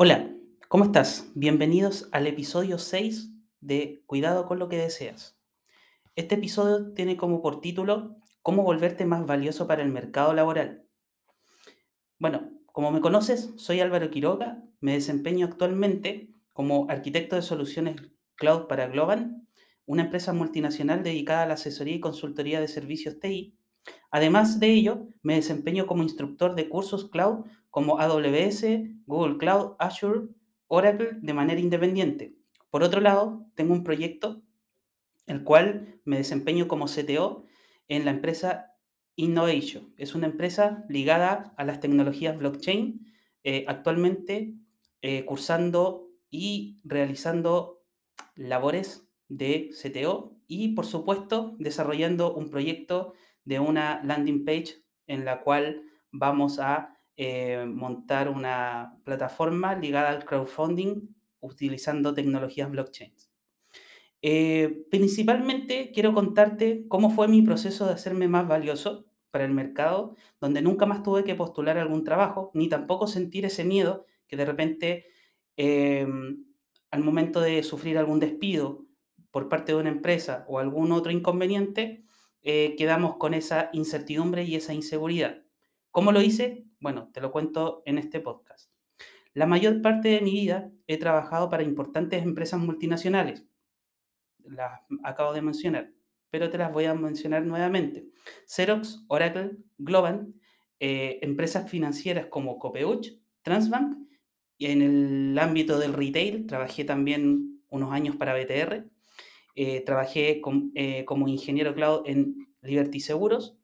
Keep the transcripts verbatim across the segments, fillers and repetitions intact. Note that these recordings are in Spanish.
Hola, ¿cómo estás? Bienvenidos al episodio seis de Cuidado con lo que deseas. Este episodio tiene como por título ¿Cómo volverte más valioso para el mercado laboral? Bueno, como me conoces, soy Álvaro Quiroga, me desempeño actualmente como arquitecto de soluciones cloud para Globant, una empresa multinacional dedicada a la asesoría y consultoría de servicios T I. Además de ello, me desempeño como instructor de cursos cloud como A W S, Google Cloud, Azure, Oracle de manera independiente. Por otro lado, tengo un proyecto el cual me desempeño como C T O en la empresa Innovation. Es una empresa ligada a las tecnologías blockchain, eh, actualmente eh, cursando y realizando labores de C T O y, por supuesto, desarrollando un proyecto de una landing page en la cual vamos a eh, montar una plataforma ligada al crowdfunding utilizando tecnologías blockchain. Eh, principalmente quiero contarte cómo fue mi proceso de hacerme más valioso para el mercado, donde nunca más tuve que postular algún trabajo, ni tampoco sentir ese miedo que de repente em, al momento de sufrir algún despido por parte de una empresa o algún otro inconveniente, eh, quedamos con esa incertidumbre y esa inseguridad. ¿Cómo lo hice? Bueno, te lo cuento en este podcast. La mayor parte de mi vida he trabajado para importantes empresas multinacionales, las acabo de mencionar, pero te las voy a mencionar nuevamente. Xerox, Oracle, Globant, eh, empresas financieras como Copeuch, Transbank, y en el ámbito del retail trabajé también unos años para B T R, eh, trabajé com- eh, como ingeniero cloud en Liberty Seguros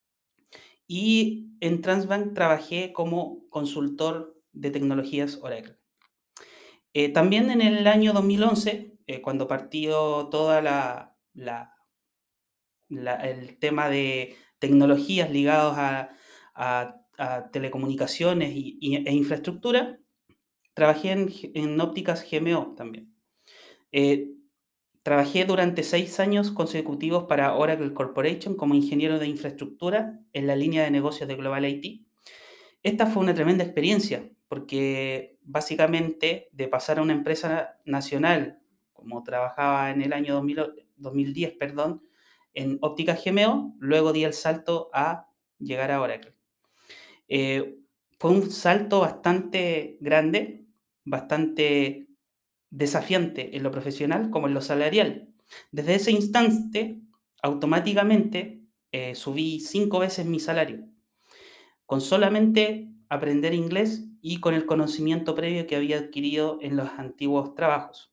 y en Transbank trabajé como consultor de tecnologías Oracle. Eh, también en el año dos mil once, eh, cuando partió toda la, la la- el tema de tecnologías ligados a, a- a telecomunicaciones y, y- e infraestructura, trabajé en, G- en ópticas G M O también. Eh, Trabajé durante seis años consecutivos para Oracle Corporation como ingeniero de infraestructura en la línea de negocios de Global I T. Esta fue una tremenda experiencia porque básicamente de pasar a una empresa nacional, como trabajaba en el año dos mil, o- dos mil diez, perdón, en óptica G M O, luego di el salto a llegar a Oracle. Eh, Fue un salto bastante grande, bastante desafiante en lo profesional como en lo salarial. Desde ese instante, automáticamente eh, subí cinco veces mi salario con solamente aprender inglés y con el conocimiento previo que había adquirido en los antiguos trabajos.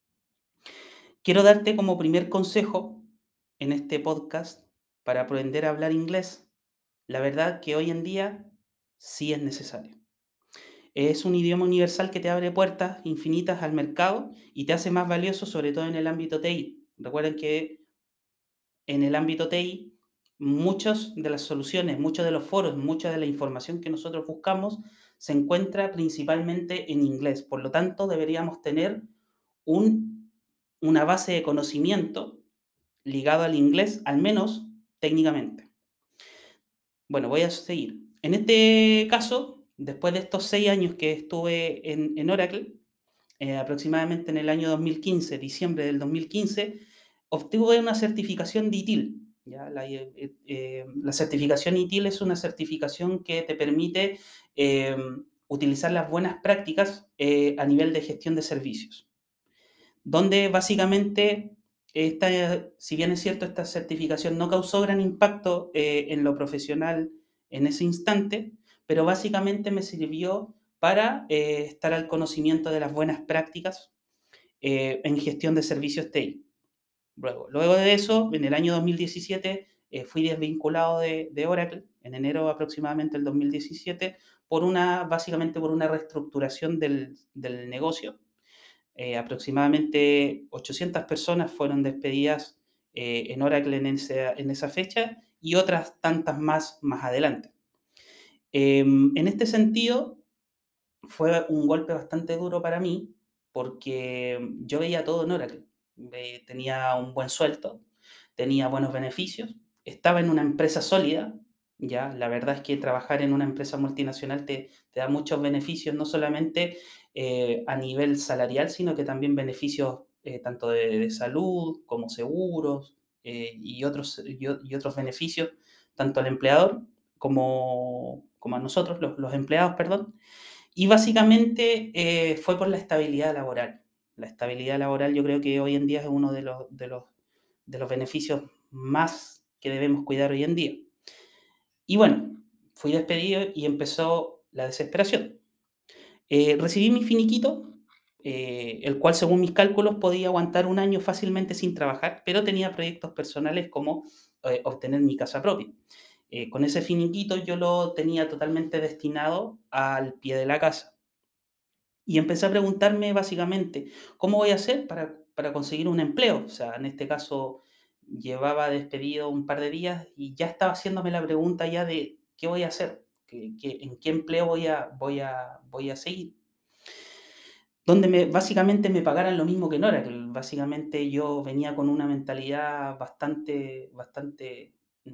Quiero darte como primer consejo en este podcast para aprender a hablar inglés. La verdad que hoy en día sí es necesario. Es un idioma universal que te abre puertas infinitas al mercado y te hace más valioso, sobre todo en el ámbito T I. Recuerden que en el ámbito T I, muchas de las soluciones, muchos de los foros, mucha de la información que nosotros buscamos se encuentra principalmente en inglés. Por lo tanto, deberíamos tener un, una base de conocimiento ligado al inglés, al menos técnicamente. Bueno, voy a seguir. En este caso, después de estos seis años que estuve en, en Oracle, eh, aproximadamente en el año dos mil quince, diciembre del dos mil quince, obtuve una certificación de I T I L. ¿Ya? La, eh, eh, la certificación I T I L es una certificación que te permite eh, utilizar las buenas prácticas eh, a nivel de gestión de servicios, donde básicamente, esta, si bien es cierto, esta certificación no causó gran impacto eh, en lo profesional en ese instante, pero básicamente me sirvió para eh, estar al conocimiento de las buenas prácticas eh, en gestión de servicios T I. Luego, luego de eso, en el año dos mil diecisiete, eh, fui desvinculado de, de Oracle, en enero aproximadamente del dos mil diecisiete, por una, básicamente por una reestructuración del, del negocio. Eh, aproximadamente ochocientas personas fueron despedidas eh, en Oracle en esa, en esa fecha y otras tantas más más adelante. Eh, en este sentido, fue un golpe bastante duro para mí porque yo veía todo en Oracle. Ve- tenía un buen sueldo, tenía buenos beneficios, estaba en una empresa sólida, ya, la verdad es que trabajar en una empresa multinacional te, te da muchos beneficios, no solamente eh, a nivel salarial, sino que también beneficios eh, tanto de, de salud como seguros eh, y, otros, y, o- y otros beneficios, tanto al empleador como, como a nosotros, los, los empleados, perdón. Y básicamente eh, fue por la estabilidad laboral. La estabilidad laboral yo creo que hoy en día es uno de los, de los, de los beneficios más que debemos cuidar hoy en día. Y bueno, fui despedido y empezó la desesperación. Eh, recibí mi finiquito, eh, el cual según mis cálculos podía aguantar un año fácilmente sin trabajar, pero tenía proyectos personales como eh, obtener mi casa propia. Eh, con ese finiquito yo lo tenía totalmente destinado al pie de la casa. Y empecé a preguntarme básicamente, ¿cómo voy a hacer para, para conseguir un empleo? O sea, en este caso llevaba despedido un par de días y ya estaba haciéndome la pregunta ya de qué voy a hacer, ¿Qué, qué- en qué empleo voy a, voy a, voy a seguir. Donde me, básicamente me pagaran lo mismo que en Oracle. Básicamente yo venía con una mentalidad bastante, bastante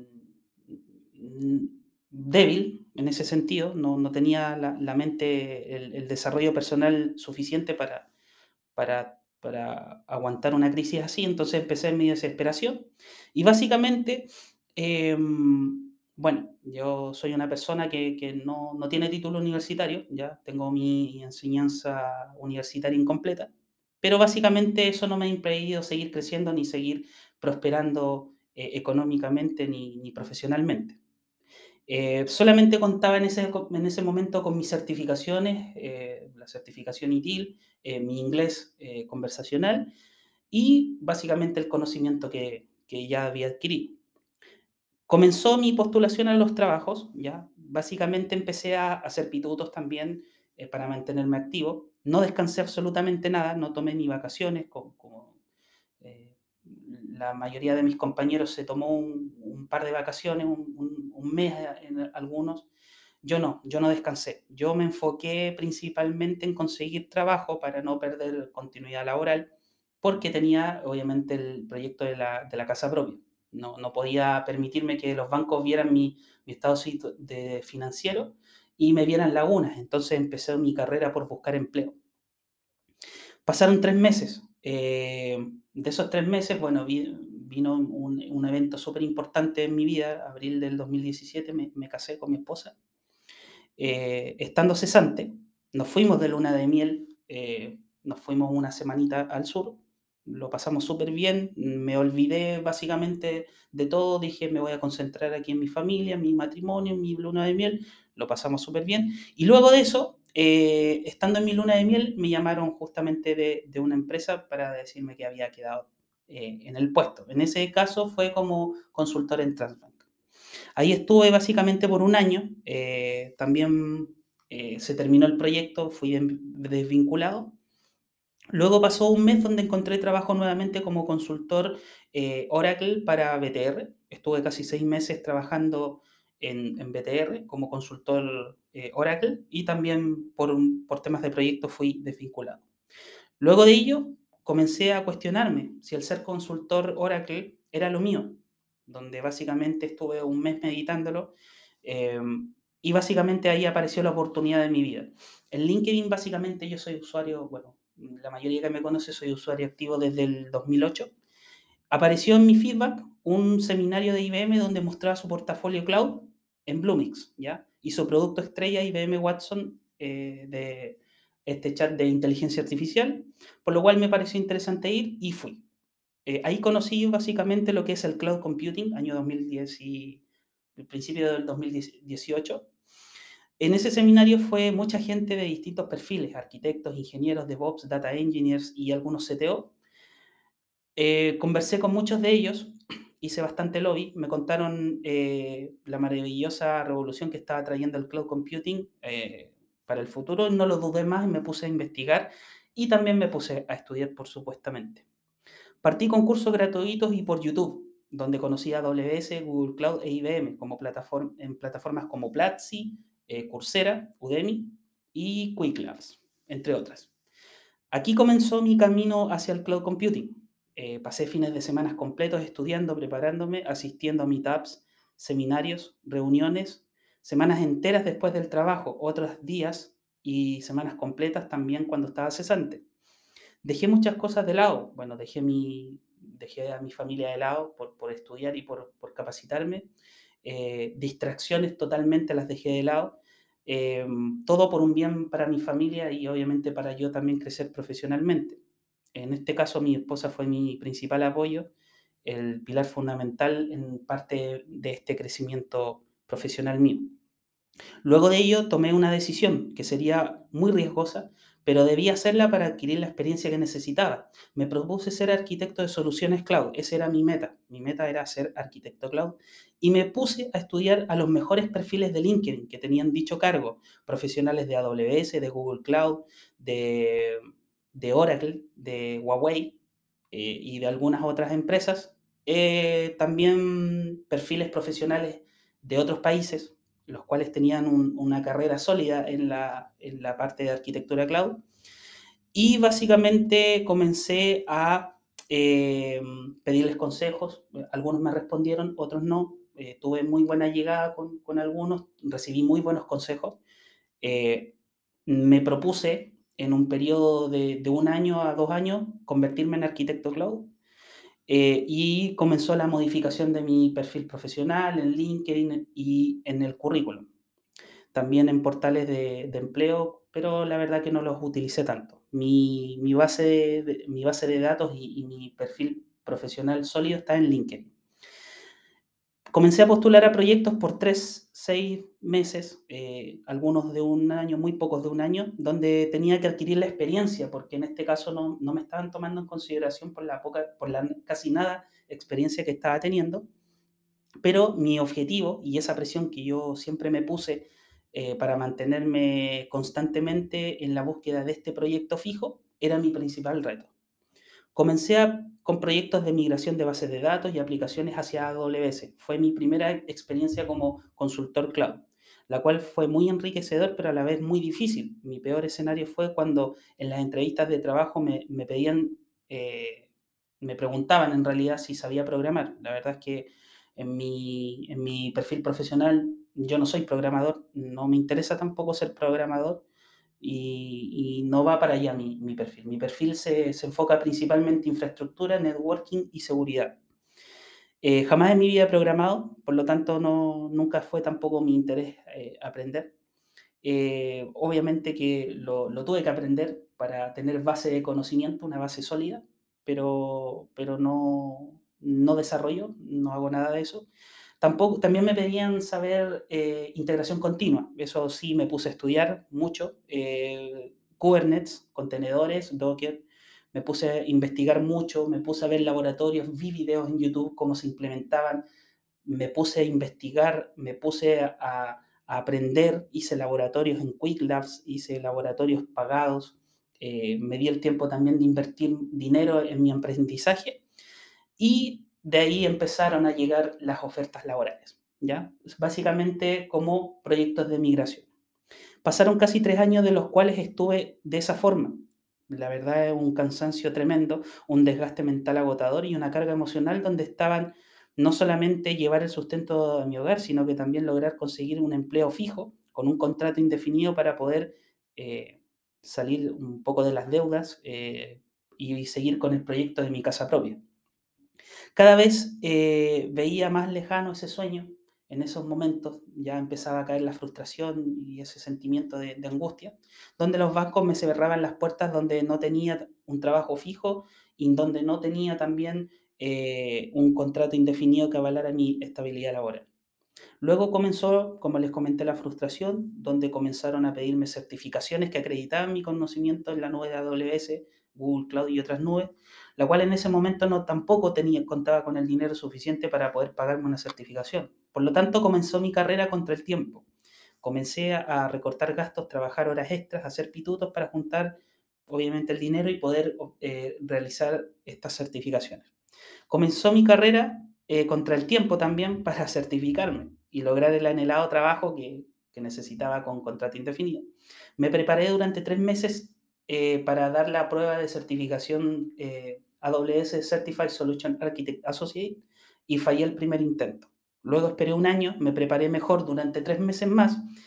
mm, débil en ese sentido, no, no tenía la, la mente, el, el desarrollo personal suficiente para, para, para aguantar una crisis así, entonces empecé en mi desesperación y básicamente, eh, bueno, yo soy una persona que, que no, no, tiene título universitario, ya tengo mi enseñanza universitaria incompleta, pero básicamente eso no me ha impedido seguir creciendo ni seguir prosperando eh, económicamente ni, ni profesionalmente. Eh, solamente contaba en ese, en ese momento con mis certificaciones, eh, la certificación I T I L, eh, mi inglés eh, conversacional y básicamente el conocimiento que, que ya había adquirido. Comenzó mi postulación a los trabajos, ¿ya? Básicamente empecé a hacer pitutos también eh, para mantenerme activo. No descansé absolutamente nada, no tomé ni vacaciones, como, como eh, la mayoría de mis compañeros se tomó un, un par de vacaciones, un, un, un mes en algunos. Yo no, yo no descansé. Yo me enfoqué principalmente en conseguir trabajo para no perder continuidad laboral, porque tenía obviamente el proyecto de la, de la casa propia. No, no podía permitirme que los bancos vieran mi, mi estado de financiero y me vieran lagunas. Entonces empecé mi carrera por buscar empleo. Pasaron tres meses. Eh, de esos tres meses, bueno, vi, vino un, un evento súper importante en mi vida. Abril del dos mil diecisiete me, me casé con mi esposa. Eh, estando cesante, nos fuimos de luna de miel, eh, nos fuimos una semanita al sur, lo pasamos súper bien, me olvidé básicamente de todo, dije me voy a concentrar aquí en mi familia, en mi matrimonio, en mi luna de miel, lo pasamos súper bien. Y luego de eso, eh, estando en mi luna de miel, me llamaron justamente de, de una empresa para decirme que había quedado eh, en el puesto. En ese caso fue como consultor en Transbank. Ahí estuve básicamente por un año, eh, también eh, se terminó el proyecto, fui desvinculado. Luego pasó un mes donde encontré trabajo nuevamente como consultor eh, Oracle para B T R. Estuve casi seis meses trabajando en, en B T R como consultor eh, Oracle y también por, un, por temas de proyecto fui desvinculado. Luego de ello, comencé a cuestionarme si el ser consultor Oracle era lo mío, donde básicamente estuve un mes meditándolo eh, y básicamente ahí apareció la oportunidad de mi vida. En LinkedIn básicamente yo soy usuario, bueno, la mayoría que me conoce soy usuario activo desde el dos mil ocho. Apareció en mi feedback un seminario de I B M donde mostraba su portafolio cloud en Bluemix, ¿ya? Y su producto estrella I B M Watson eh, de este chat de inteligencia artificial, por lo cual me pareció interesante ir y fui. Eh, ahí conocí básicamente lo que es el cloud computing, año dos mil diez y el principio del dos mil dieciocho. En ese seminario fue mucha gente de distintos perfiles, arquitectos, ingenieros, DevOps, data engineers y algunos C T O. Eh, conversé con muchos de ellos, hice bastante lobby, me contaron eh, la maravillosa revolución que estaba trayendo el cloud computing eh, para el futuro, no lo dudé más y me puse a investigar y también me puse a estudiar por supuestamente. Partí con cursos gratuitos y por YouTube, donde conocí a A W S, Google Cloud e I B M como plataform en plataformas como Platzi, eh, Coursera, Udemy y Quick Labs, entre otras. Aquí comenzó mi camino hacia el cloud computing. Eh, pasé fines de semana completos estudiando, preparándome, asistiendo a meetups, seminarios, reuniones, semanas enteras después del trabajo, otros días y semanas completas también cuando estaba cesante. Dejé muchas cosas de lado. Bueno, dejé, mi, dejé a mi familia de lado por, por estudiar y por, por capacitarme. Eh, distracciones totalmente las dejé de lado. Eh, Todo por un bien para mi familia y obviamente para yo también crecer profesionalmente. En este caso, mi esposa fue mi principal apoyo, el pilar fundamental en parte de este crecimiento profesional mío. Luego de ello tomé una decisión que sería muy riesgosa, pero debía hacerla para adquirir la experiencia que necesitaba. Me propuse ser arquitecto de soluciones cloud, esa era mi meta. Mi meta era ser arquitecto cloud y me puse a estudiar a los mejores perfiles de LinkedIn que tenían dicho cargo, profesionales de A W S, de Google Cloud, de, de Oracle, de Huawei eh, y de algunas otras empresas. Eh, también perfiles profesionales de otros países los cuales tenían un, una carrera sólida en la, en la parte de arquitectura cloud. Y básicamente comencé a eh, pedirles consejos. Algunos me respondieron, otros no. Eh, tuve muy buena llegada con, con, algunos, recibí muy buenos consejos. Eh, Me propuse en un periodo de, de, un año a dos años convertirme en arquitecto cloud. Eh, y comenzó la modificación de mi perfil profesional en LinkedIn y en el currículum también en portales de, de empleo, pero la verdad que no los utilicé tanto. Mi, mi, base, de, mi base de datos y, y mi perfil profesional sólido está en LinkedIn. Comencé a postular a proyectos por tres, seis meses, eh, algunos de un año, muy pocos de un año, donde tenía que adquirir la experiencia, porque en este caso no, no me estaban tomando en consideración por la, poca, por la casi nada experiencia que estaba teniendo. Pero mi objetivo y esa presión que yo siempre me puse eh, para mantenerme constantemente en la búsqueda de este proyecto fijo era mi principal reto. Comencé a, con proyectos de migración de bases de datos y aplicaciones hacia A W S. Fue mi primera experiencia como consultor cloud, la cual fue muy enriquecedor, pero a la vez muy difícil. Mi peor escenario fue cuando en las entrevistas de trabajo me, me pedían, eh, me preguntaban en realidad si sabía programar. La verdad es que en mi, en mi perfil profesional yo no soy programador, no me interesa tampoco ser programador, y, y no va para allá mi, mi perfil. Mi perfil se, se, enfoca principalmente en infraestructura, networking y seguridad. Eh, jamás en mi vida he programado, por lo tanto no, nunca fue tampoco mi interés eh, aprender. Eh, obviamente que lo, lo, tuve que aprender para tener base de conocimiento, una base sólida, pero, pero no, no desarrollo, no hago nada de eso. Tampoco, también me pedían saber eh, integración continua, eso sí me puse a estudiar mucho, eh, Kubernetes, contenedores, Docker, me puse a investigar mucho, me puse a ver laboratorios, vi videos en YouTube, cómo se implementaban, me puse a investigar, me puse a, a aprender, hice laboratorios en Quick Labs, hice laboratorios pagados, eh, me di el tiempo también de invertir dinero en mi aprendizaje y de ahí empezaron a llegar las ofertas laborales, ¿ya? Básicamente como proyectos de migración. Pasaron casi tres años de los cuales estuve de esa forma. La verdad es un cansancio tremendo, un desgaste mental agotador y una carga emocional donde estaban no solamente llevar el sustento a mi hogar, sino que también lograr conseguir un empleo fijo con un contrato indefinido para poder eh, salir un poco de las deudas eh, y seguir con el proyecto de mi casa propia. Cada vez eh, veía más lejano ese sueño. En esos momentos ya empezaba a caer la frustración y ese sentimiento de, de angustia, donde los bancos me cerraban las puertas, donde no tenía un trabajo fijo y donde no tenía también eh, un contrato indefinido que avalara mi estabilidad laboral. Luego comenzó, como les comenté, la frustración, donde comenzaron a pedirme certificaciones que acreditaban mi conocimiento en la nube de A W S, Google Cloud y otras nubes, la cual en ese momento no tampoco tenía, contaba con el dinero suficiente para poder pagarme una certificación. Por lo tanto, comenzó mi carrera contra el tiempo. Comencé a recortar gastos, trabajar horas extras, hacer pitutos para juntar, obviamente, el dinero y poder eh, realizar estas certificaciones. Comenzó mi carrera eh, contra el tiempo también para certificarme y lograr el anhelado trabajo que, que necesitaba con contrato indefinido. Me preparé durante tres meses eh, para dar la prueba de certificación eh, A W S Certified Solution Architect Associate y fallé el primer intento. Luego esperé un año, me preparé mejor durante tres meses más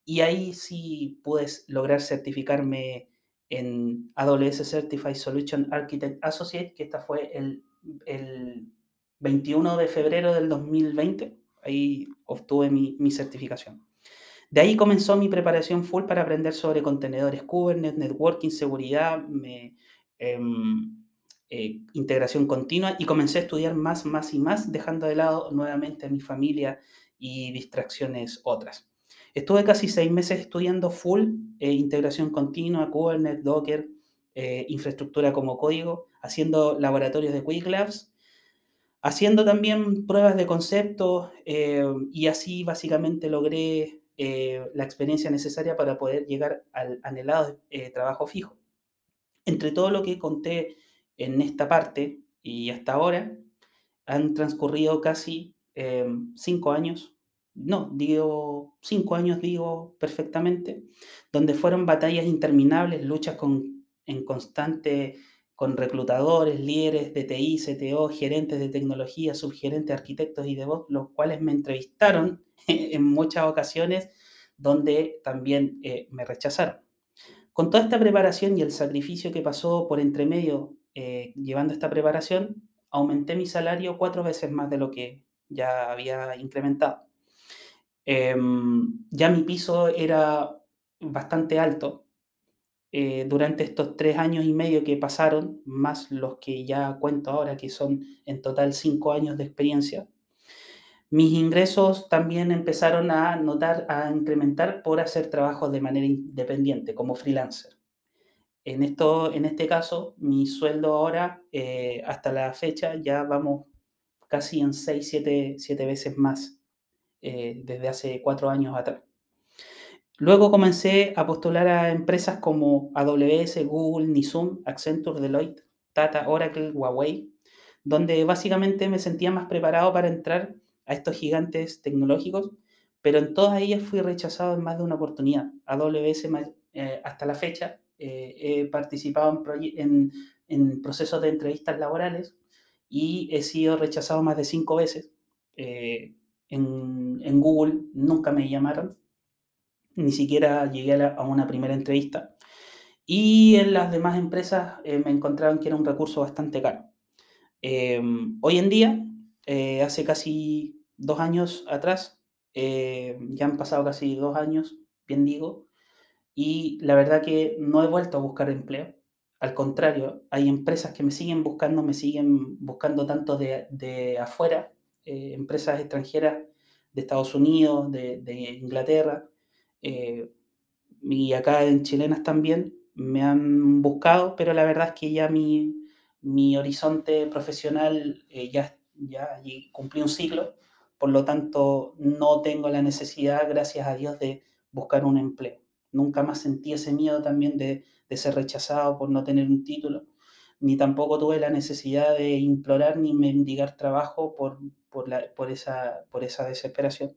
y ahí sí pude s- lograr certificarme en A W S Certified Solution Architect Associate, que esta fue el, el veintiuno de febrero del dos mil veinte. Ahí obtuve mi, mi certificación. De ahí comenzó mi preparación full para aprender sobre contenedores Kubernetes, networking, seguridad, me, em, eh, integración continua, y comencé a estudiar más, más y más, dejando de lado nuevamente a mi familia y distracciones otras. Estuve casi seis meses estudiando full eh, integración continua, Kubernetes, Docker, eh, infraestructura como código, haciendo laboratorios de Quick Labs, haciendo también pruebas de concepto, eh, y así básicamente logré eh, la experiencia necesaria para poder llegar al anhelado eh, trabajo fijo. Entre todo lo que conté en esta parte y hasta ahora, han transcurrido casi eh, cinco años, no, digo, cinco años digo perfectamente, donde fueron batallas interminables, luchas con, en constante con reclutadores, líderes de T I, C T O, gerentes de tecnología, subgerentes, arquitectos y DevOps, los cuales me entrevistaron en muchas ocasiones, donde también eh, me rechazaron. Con toda esta preparación y el sacrificio que pasó por entre medio eh, llevando esta preparación, aumenté mi salario cuatro veces más de lo que ya había incrementado. Em, ya mi piso era bastante alto. Eh, durante estos tres años y medio que pasaron, más los que ya cuento ahora, que son en total cinco años de experiencia, mis ingresos también empezaron a notar, a incrementar por hacer trabajos de manera independiente, como freelancer. En, esto, en este caso, mi sueldo ahora, eh, hasta la fecha, ya vamos casi en seis siete siete veces más eh, desde hace cuatro años atrás. Luego comencé a postular a empresas como A W S, Google, Nizum, Accenture, Deloitte, Tata, Oracle, Huawei, donde básicamente me sentía más preparado para entrar a estos gigantes tecnológicos, pero en todas ellas fui rechazado en más de una oportunidad. A W S eh, hasta la fecha eh, he participado en, proye- en, en procesos de entrevistas laborales y he sido rechazado más de cinco veces. Eh, en, en Google nunca me llamaron, ni siquiera llegué a, la- a una primera entrevista. Y en las demás empresas eh, me encontraban que era un recurso bastante caro. Eh, Hoy en día, eh, hace casi dos años atrás, eh, ya han pasado casi dos años, bien digo, y la verdad que no he vuelto a buscar empleo. Al contrario, hay empresas que me siguen buscando, me siguen buscando tanto de, de afuera, eh, empresas extranjeras de Estados Unidos, de, de Inglaterra, eh, y acá en chilenas también me han buscado, pero la verdad es que ya mi, mi horizonte profesional eh, ya, ya y cumplí un ciclo, por lo tanto no tengo la necesidad, gracias a Dios, de buscar un empleo. Nunca más sentí ese miedo también de, de ser rechazado por no tener un título, ni tampoco tuve la necesidad de implorar ni mendigar trabajo por, por, la, por, esa, por esa desesperación.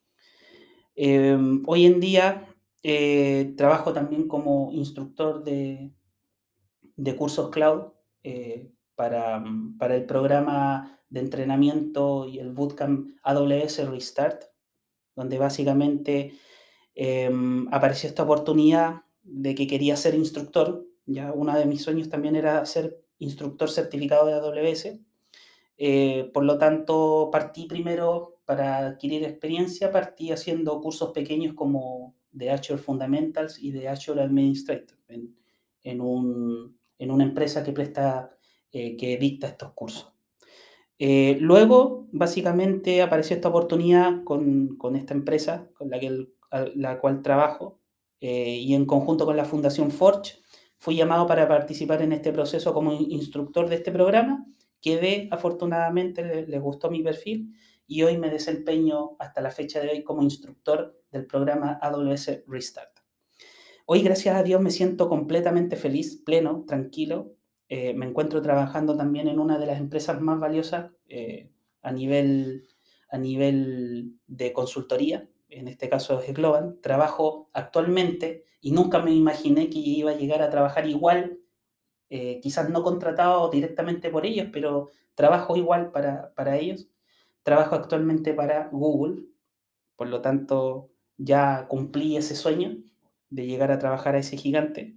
Eh, hoy en día eh, trabajo también como instructor de, de cursos cloud eh, para, mm, para el programa de entrenamiento y el bootcamp A W S Restart, donde básicamente eh, apareció esta oportunidad de que quería ser instructor. Ya uno de mis sueños también era ser instructor certificado de A W S. Eh, por lo tanto, partí primero para adquirir experiencia, partí haciendo cursos pequeños como de Azure Fundamentals y de Azure Administrator en, en, un, en una empresa que presta, eh, que dicta estos cursos. Eh, luego, básicamente, apareció esta oportunidad con, con esta empresa con la, que el- a- la cual trabajo, eh, y en conjunto con la Fundación Forge, fui llamado para participar en este proceso como in- instructor de este programa. Quedé, afortunadamente, le- les gustó mi perfil y hoy me desempeño hasta la fecha de hoy como instructor del programa A W S Restart. Hoy, gracias a Dios, me siento completamente feliz, pleno, tranquilo. Eh, me encuentro trabajando también en una de las empresas más valiosas eh, a nivel, a nivel de consultoría, en este caso es Global. Trabajo actualmente y nunca me imaginé que iba a llegar a trabajar igual, eh, quizás no contratado directamente por ellos, pero trabajo igual para, para ellos. Trabajo actualmente para Google, por lo tanto ya cumplí ese sueño de llegar a trabajar a ese gigante.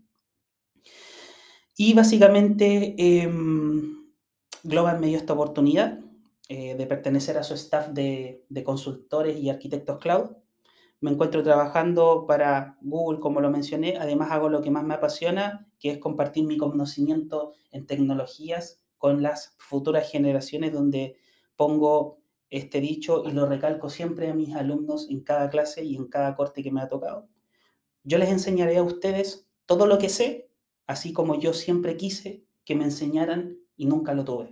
Y básicamente, em, Globant me dio esta oportunidad eh, de pertenecer a su staff de, de consultores y arquitectos cloud. Me encuentro trabajando para Google, como lo mencioné. Además, hago lo que más me apasiona, que es compartir mi conocimiento en tecnologías con las futuras generaciones, donde pongo este dicho y lo recalco siempre a mis alumnos en cada clase y en cada corte que me ha tocado. Yo les enseñaré a ustedes todo lo que sé, así como yo siempre quise que me enseñaran y nunca lo tuve.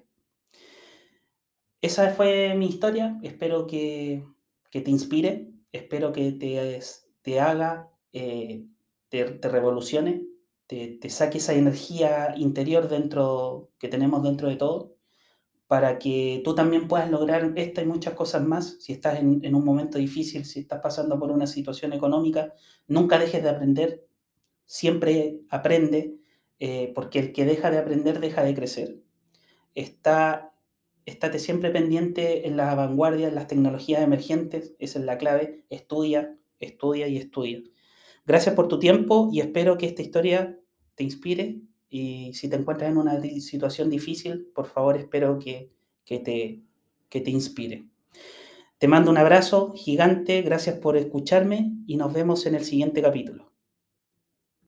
Esa fue mi historia, espero que, que te inspire, espero que te, te haga, eh, te, te revolucione, te, te saque esa energía interior dentro, que tenemos dentro de todo, para que tú también puedas lograr esta y muchas cosas más. Si estás en, en un momento difícil, si estás pasando por una situación económica, nunca dejes de aprender, siempre aprende, eh, porque el que deja de aprender deja de crecer. Está, estate siempre pendiente en la vanguardia, en las tecnologías emergentes, esa es la clave. Estudia, estudia y estudia. Gracias por tu tiempo y espero que esta historia te inspire. Y si te encuentras en una situación difícil, por favor, espero que, que, te, que te inspire. Te mando un abrazo gigante, gracias por escucharme y nos vemos en el siguiente capítulo.